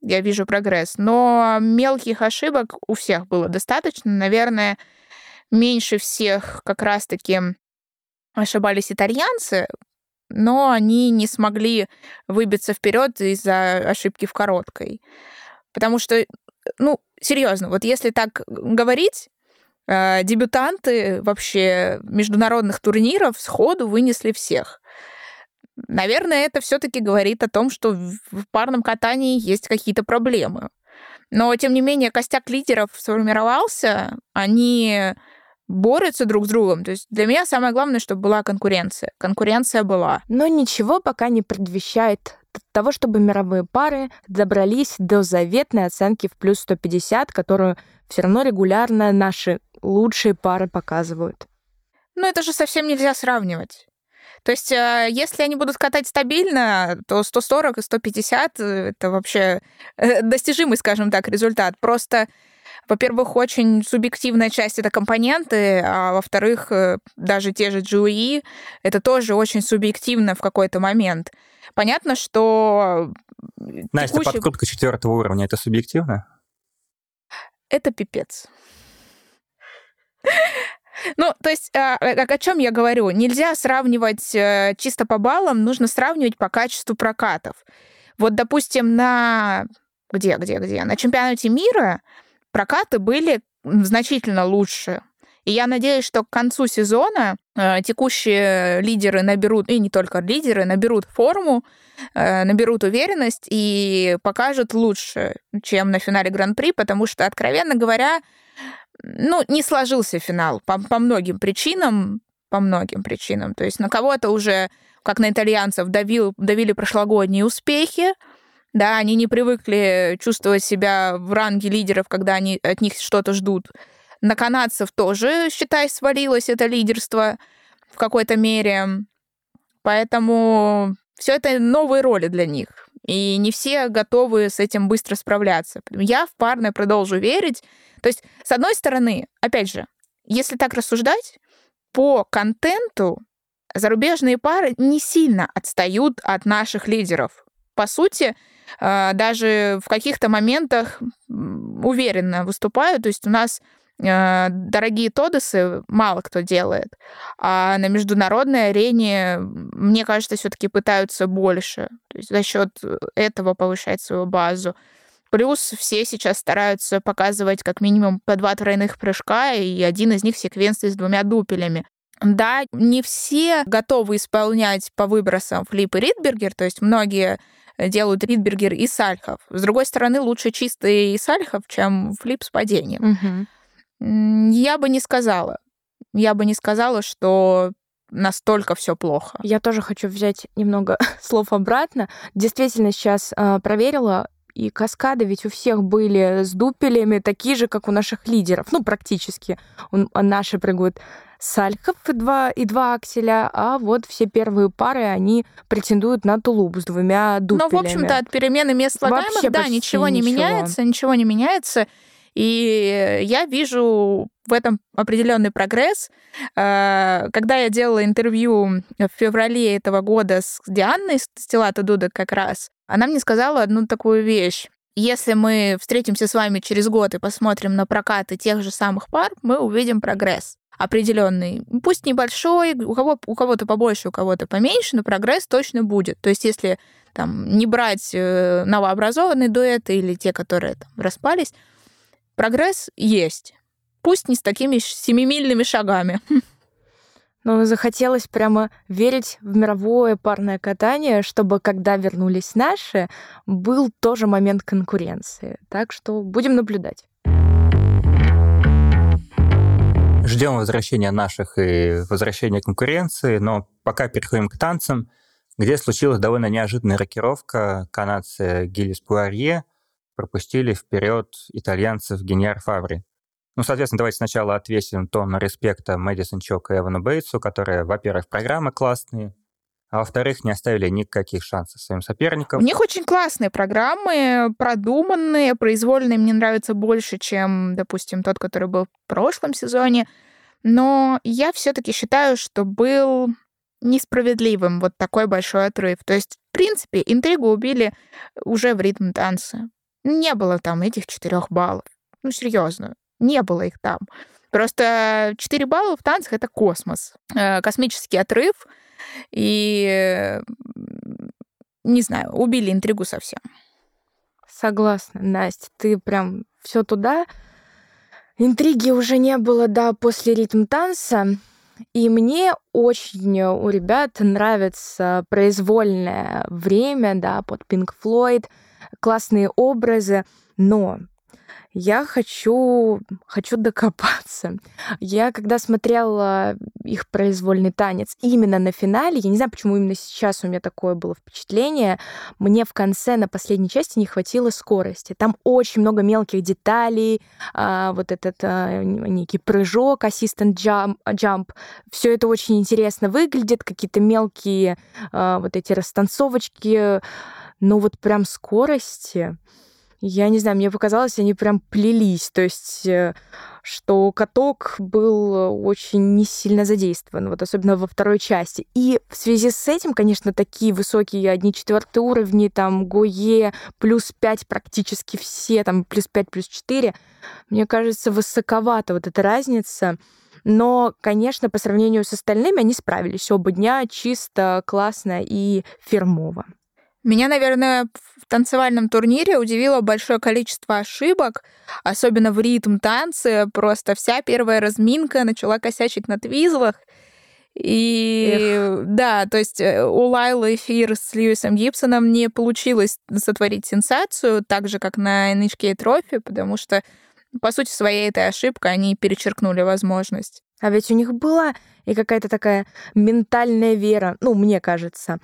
я вижу прогресс, но мелких ошибок у всех было достаточно. Наверное, меньше всех как раз-таки ошибались итальянцы, но они не смогли выбиться вперед из-за ошибки в короткой. Потому что, серьезно, вот если так говорить, дебютанты вообще международных турниров сходу вынесли всех. Наверное, это все-таки говорит о том, что в парном катании есть какие-то проблемы. Но, тем не менее, костяк лидеров сформировался, они борются друг с другом. То есть для меня самое главное, чтобы была конкуренция. Конкуренция была. Но ничего пока не предвещает того, чтобы мировые пары добрались до заветной оценки в плюс 150, которую все равно регулярно наши лучшие пары показывают. Это же совсем нельзя сравнивать. То есть, если они будут катать стабильно, то 140 и 150 — это вообще достижимый, скажем так, результат. Просто, во-первых, очень субъективная часть — это компоненты, а во-вторых, даже те же GOE — это тоже очень субъективно в какой-то момент. Понятно, что... Настя, подкрутка 4-го уровня — это субъективно? Это пипец. То есть, о чем я говорю? Нельзя сравнивать чисто по баллам, нужно сравнивать по качеству прокатов. Вот, допустим, на чемпионате мира прокаты были значительно лучше. И я надеюсь, что к концу сезона текущие лидеры наберут, и не только лидеры, наберут форму, наберут уверенность и покажут лучше, чем на финале Гран-при, потому что, откровенно говоря, не сложился финал по многим причинам. То есть на кого-то уже, как на итальянцев, давили прошлогодние успехи. Да, они не привыкли чувствовать себя в ранге лидеров, когда они от них что-то ждут. На канадцев тоже, считай, свалилось это лидерство в какой-то мере. Поэтому все это новые роли для них. И не все готовы с этим быстро справляться. Я в парное продолжу верить. То есть, с одной стороны, опять же, если так рассуждать, по контенту зарубежные пары не сильно отстают от наших лидеров. По сути, даже в каких-то моментах уверенно выступают. То есть у нас дорогие тодосы мало кто делает. А на международной арене, мне кажется, все-таки пытаются больше. То есть за счет этого повышать свою базу. Плюс все сейчас стараются показывать как минимум по 2 тройных прыжка, и один из них секвенции с 2 дупелями. Да, не все готовы исполнять по выбросам флип и ридбергер, то есть многие делают ридбергер и сальхов. С другой стороны, лучше чистый сальхов, чем флип с падением. Угу. Я бы не сказала, что настолько все плохо. Я тоже хочу взять немного слов обратно. Действительно, сейчас проверила, и каскады ведь у всех были с дупелями, такие же, как у наших лидеров. Практически. Наши прыгают сальхов и два акселя, а вот все первые пары, они претендуют на тулуп с 2 дупелями. В общем-то, от перемены мест слагаемых, да, ничего не меняется. И я вижу в этом определенный прогресс. Когда я делала интервью в феврале этого года с Дианой Стилато Дудек как раз, она мне сказала одну такую вещь. Если мы встретимся с вами через год и посмотрим на прокаты тех же самых пар, мы увидим прогресс определенный. Пусть небольшой, у кого-то побольше, у кого-то поменьше, но прогресс точно будет. То есть если не брать новообразованные дуэты или те, которые распались, прогресс есть. Пусть не с такими семимильными шагами. Но захотелось прямо верить в мировое парное катание, чтобы, когда вернулись наши, был тоже момент конкуренции. Так что будем наблюдать. Ждем возвращения наших и возвращения конкуренции, но пока переходим к танцам, где случилась довольно неожиданная рокировка. Канадцы Гиллис Пуарье пропустили вперед итальянцев Гиньяр Фаври. Соответственно, давайте сначала отвесим тон респекта Мэдисон Чок и Эвану Бейтсу, которые, во-первых, программы классные, а во-вторых, не оставили никаких шансов своим соперникам. У них очень классные программы, продуманные, произвольные. Мне нравятся больше, чем, допустим, тот, который был в прошлом сезоне. Но я все-таки считаю, что был несправедливым вот такой большой отрыв. То есть, в принципе, интригу убили уже в ритм танца. Не было там этих 4 баллов. Ну, серьезно, не было их там. Просто 4 балла в танцах — это космос. Космический отрыв. И, не знаю, убили интригу совсем. Согласна, Настя, ты прям все туда. Интриги уже не было, да, после ритм танца. И мне очень у ребят нравится произвольное время, да, под Pink Floyd, классные образы, но я хочу докопаться. Я когда смотрела их произвольный танец именно на финале, я не знаю, почему именно сейчас у меня такое было впечатление, мне в конце, на последней части, не хватило скорости. Там очень много мелких деталей, вот этот некий прыжок, assistant jump, все это очень интересно выглядит, какие-то мелкие вот эти растанцовочки, но вот прям скорости... Я не знаю, мне показалось, они прям плелись. То есть, что каток был очень не сильно задействован, вот особенно во второй части. И в связи с этим, конечно, такие высокие 1/4 уровни, там, ГОЕ, +5 практически все, там, +5, +4, мне кажется, высоковато вот эта разница. Но, конечно, по сравнению с остальными они справились оба дня чисто, классно и фирмово. Меня, наверное, в танцевальном турнире удивило большое количество ошибок, особенно в ритм-танце. Просто вся первая разминка начала косячить на твизлах. И да, то есть у Лайлы Фир с Льюисом Гибсоном не получилось сотворить сенсацию, так же, как на NHK Trophy, потому что, по сути своей, этой ошибкой они перечеркнули возможность. А ведь у них была и какая-то такая ментальная вера, ну, мне кажется,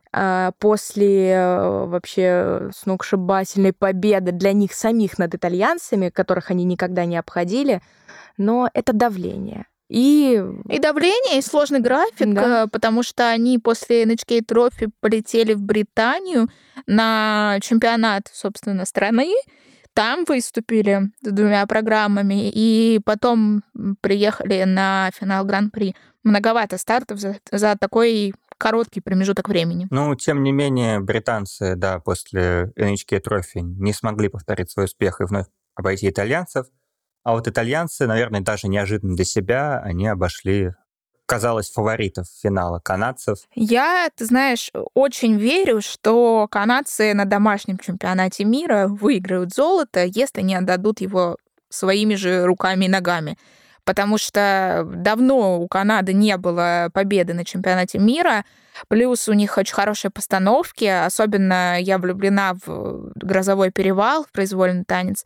после вообще сногсшибательной победы для них самих над итальянцами, которых они никогда не обходили, но это давление. И давление, и сложный график, да. Потому что они после NHK Trophy полетели в Британию на чемпионат, собственно, страны, там выступили с 2 программами, и потом приехали на финал Гран-при. Многовато стартов за такой короткий промежуток времени. Ну, тем не менее, британцы, да, после NHK Trophy не смогли повторить свой успех и вновь обойти итальянцев. А вот итальянцы, наверное, даже неожиданно для себя, они обошли, казалось, фаворитов финала канадцев. Я, ты знаешь, очень верю, что канадцы на домашнем чемпионате мира выиграют золото, если не отдадут его своими же руками и ногами. Потому что давно у Канады не было победы на чемпионате мира, плюс у них очень хорошие постановки, особенно я влюблена в «Грозовой перевал», в произвольный танец.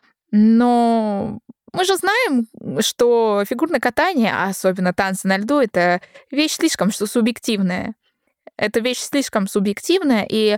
Но мы же знаем, что фигурное катание, а особенно танцы на льду, это вещь слишком субъективная. Это вещь слишком субъективная, и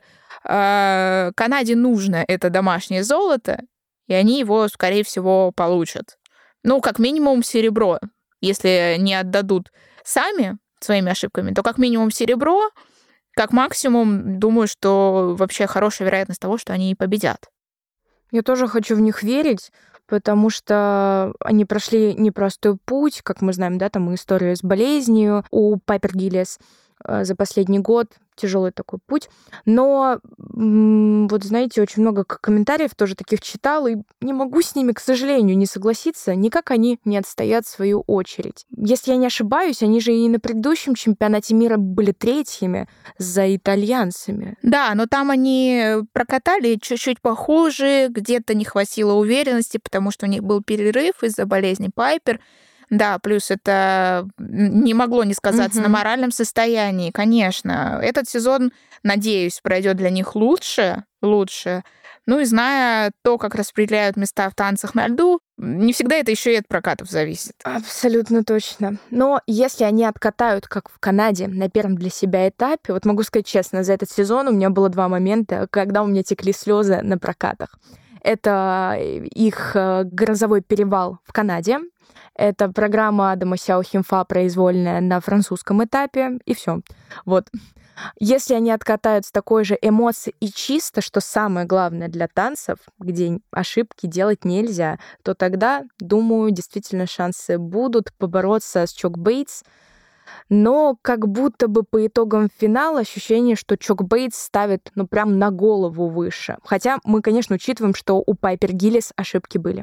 Канаде нужно это домашнее золото, и они его, скорее всего, получат. Ну, как минимум, серебро. Если не отдадут сами своими ошибками, то как минимум серебро, как максимум, думаю, что вообще хорошая вероятность того, что они и победят. Я тоже хочу в них верить, потому что они прошли непростой путь, как мы знаем, да, там историю с болезнью у Пайпер Гиллиас за последний год, тяжелый такой путь. Но вот, знаете, очень много комментариев тоже таких читала, и не могу с ними, к сожалению, не согласиться. Никак они не отстоят свою очередь. Если я не ошибаюсь, они же и на предыдущем чемпионате мира были третьими за итальянцами. Да, но там они прокатали чуть-чуть похуже, где-то не хватило уверенности, потому что у них был перерыв из-за болезни Пайпер. Да, плюс это не могло не сказаться на моральном состоянии, конечно. Этот сезон, надеюсь, пройдет для них лучше. Ну и зная то, как распределяют места в танцах на льду, не всегда это еще и от прокатов зависит. Абсолютно точно. Но если они откатают, как в Канаде, на первом для себя этапе, вот могу сказать честно, за этот сезон у меня было 2 момента, когда у меня текли слезы на прокатах. Это их «Грозовой перевал» в Канаде. Это программа Адама Сяо Химфа произвольная на французском этапе, и все. Вот. Если они откатают с такой же эмоцией и чисто, что самое главное для танцев, где ошибки делать нельзя, то тогда, думаю, действительно шансы будут побороться с Чок Бейтс. но как будто бы по итогам финала ощущение, что Чок Бейтс ставит, прям на голову выше. Хотя мы, конечно, учитываем, что у Пайпер Гиллис ошибки были.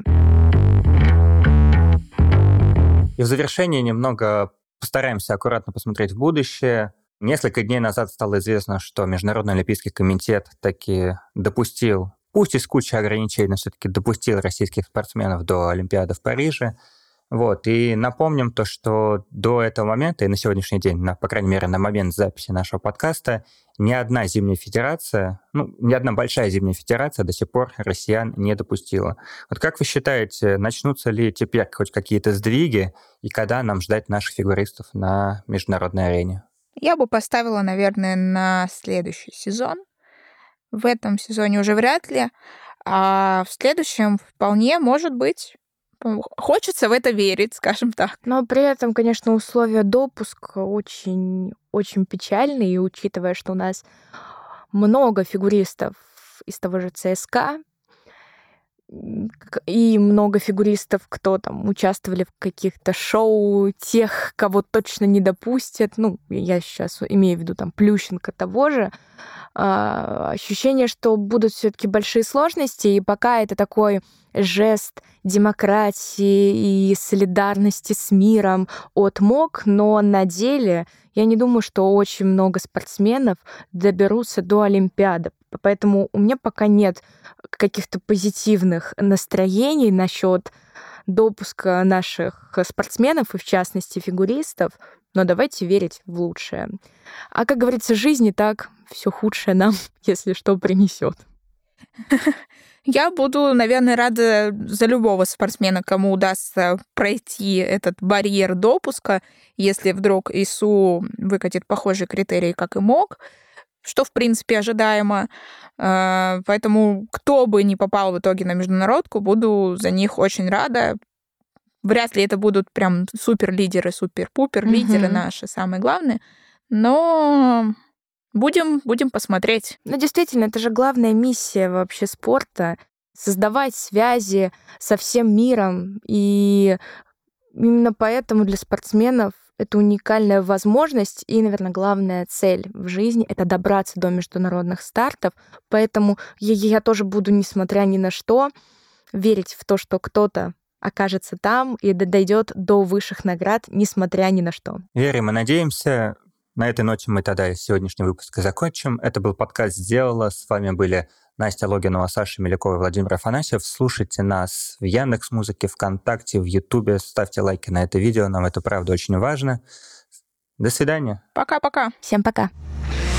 И в завершение немного постараемся аккуратно посмотреть в будущее. Несколько дней назад стало известно, что Международный олимпийский комитет таки допустил, пусть и с кучей ограничений, но все-таки допустил российских спортсменов до Олимпиады в Париже. И напомним то, что до этого момента, и на сегодняшний день, по крайней мере, на момент записи нашего подкаста, ни одна зимняя федерация, ни одна большая зимняя федерация до сих пор россиян не допустила. Как вы считаете, начнутся ли теперь хоть какие-то сдвиги, и когда нам ждать наших фигуристов на международной арене? Я бы поставила, наверное, на следующий сезон. В этом сезоне уже вряд ли, а в следующем вполне может быть. Хочется в это верить, скажем так. Но при этом, конечно, условия допуска очень, очень печальные, и учитывая, что у нас много фигуристов из того же ЦСКА, и много фигуристов, кто там участвовали в каких-то шоу, тех, кого точно не допустят. Я сейчас имею в виду там Плющенко того же. Ощущение, что будут все-таки большие сложности, и пока это такой жест демократии и солидарности с миром от МОК, но на деле я не думаю, что очень много спортсменов доберутся до Олимпиады. Поэтому у меня пока нет каких-то позитивных настроений насчет допуска наших спортсменов, и в частности фигуристов, но давайте верить в лучшее. А как говорится, жизнь и так все худшее нам, если что, принесет. Я буду, наверное, рада за любого спортсмена, кому удастся пройти этот барьер допуска, если вдруг ИСУ выкатит похожие критерии, как и МОК, что, в принципе, ожидаемо. Поэтому кто бы ни попал в итоге на международку, буду за них очень рада. Вряд ли это будут прям супер-лидеры, супер-пупер лидеры наши, самые главные, но будем посмотреть. Действительно, это же главная миссия вообще спорта — создавать связи со всем миром, и именно поэтому для спортсменов это уникальная возможность и, наверное, главная цель в жизни — это добраться до международных стартов. Поэтому я тоже буду, несмотря ни на что, верить в то, что кто-то окажется там и дойдет до высших наград, несмотря ни на что. Верим и надеемся. На этой ноте мы тогда сегодняшний выпуск и закончим. Это был подкаст «Сделала». С вами были Настя Логинова, Саша Мелякова и Владимир Афанасьев. Слушайте нас в Яндекс.Музыке, ВКонтакте, в Ютубе. Ставьте лайки на это видео, нам это правда очень важно. До свидания. Пока-пока. Всем пока.